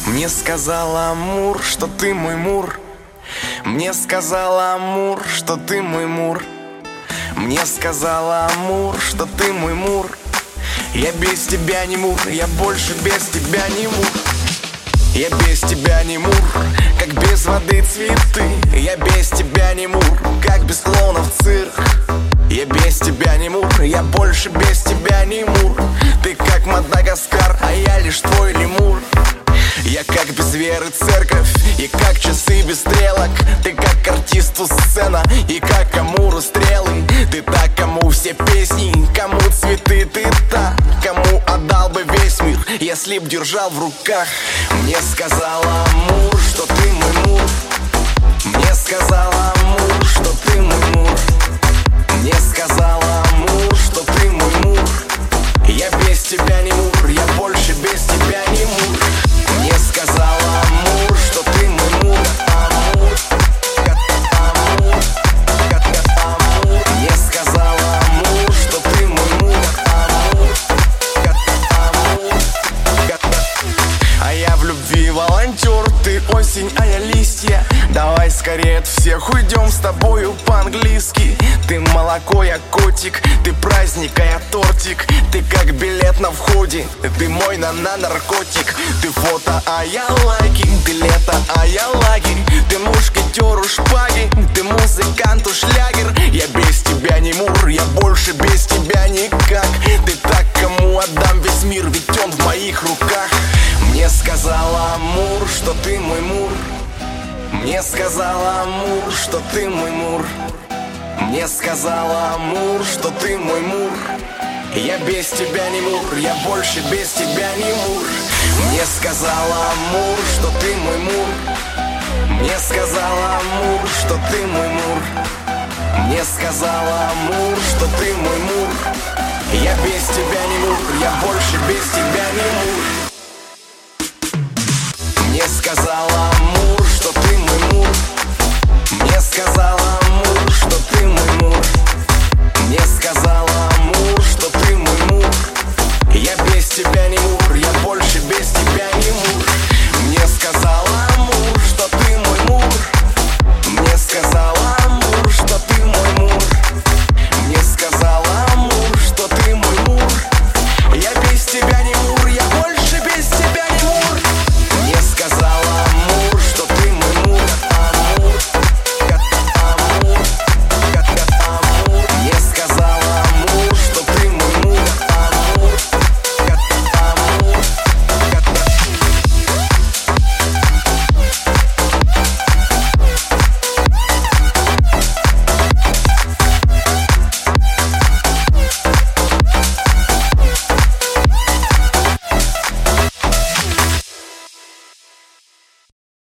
Мне сказала Амур, что ты мой Мур. Мне сказала Амур, что ты мой Мур. Мне сказала Амур, что ты мой Мур. Я без тебя не Мур, я больше без тебя не Мур. Я без тебя не Мур, как без воды цветы. Я без тебя не Мур, как без клоунов цирк. Я без тебя не Мур, я больше без тебя не Мур. Ты как Мадагаскар, а я лишь твой лемур. Я как без веры церковь, и как часы без стрелок. Ты как артисту сцена, и как Амуру стрелы. Ты та, кому все песни, кому цветы. Ты та, кому отдал бы весь мир, если б держал в руках. Мне сказала Амур, что ты мой Мур. Мне сказала Амур, что ты мой Мур. Мне сказала Амур, что ты мой Мур. Я без тебя не Мур, я больше без тебя не Мур. Мне сказала Амур, что ты мой Мур. Амур, Амур, Амур. Мне сказала Амур, что ты мой Мур. Амур, Амур. А я в любви волонтер, ты осень, а я листья. Давай скорее от всех уйдем с тобою по-английски. Ты молоко, я котик, ты праздник, а я тортик. Ты как билет на входе, ты мой наркотик. Ты фото, а я лайки, ты лето, а я лагерь. Ты мушкетеру шпаги, ты музыканту шлягер. Я без тебя не Мур, я больше без тебя никак. Ты так, кому отдам весь мир, ведь он в моих руках. Мне сказала Амур, что ты мой Мур. Мне сказала Амур, что ты мой Мур. Мне сказала Амур, что ты мой Мур. Я без тебя не Мур, я больше без тебя не Мур. Мне сказала Амур, что ты мой Мур. Мне сказала Амур, что ты мой Мур. Мне сказала Амур, что ты мой Мур. Я без тебя не Мур, я больше без тебя не Мур.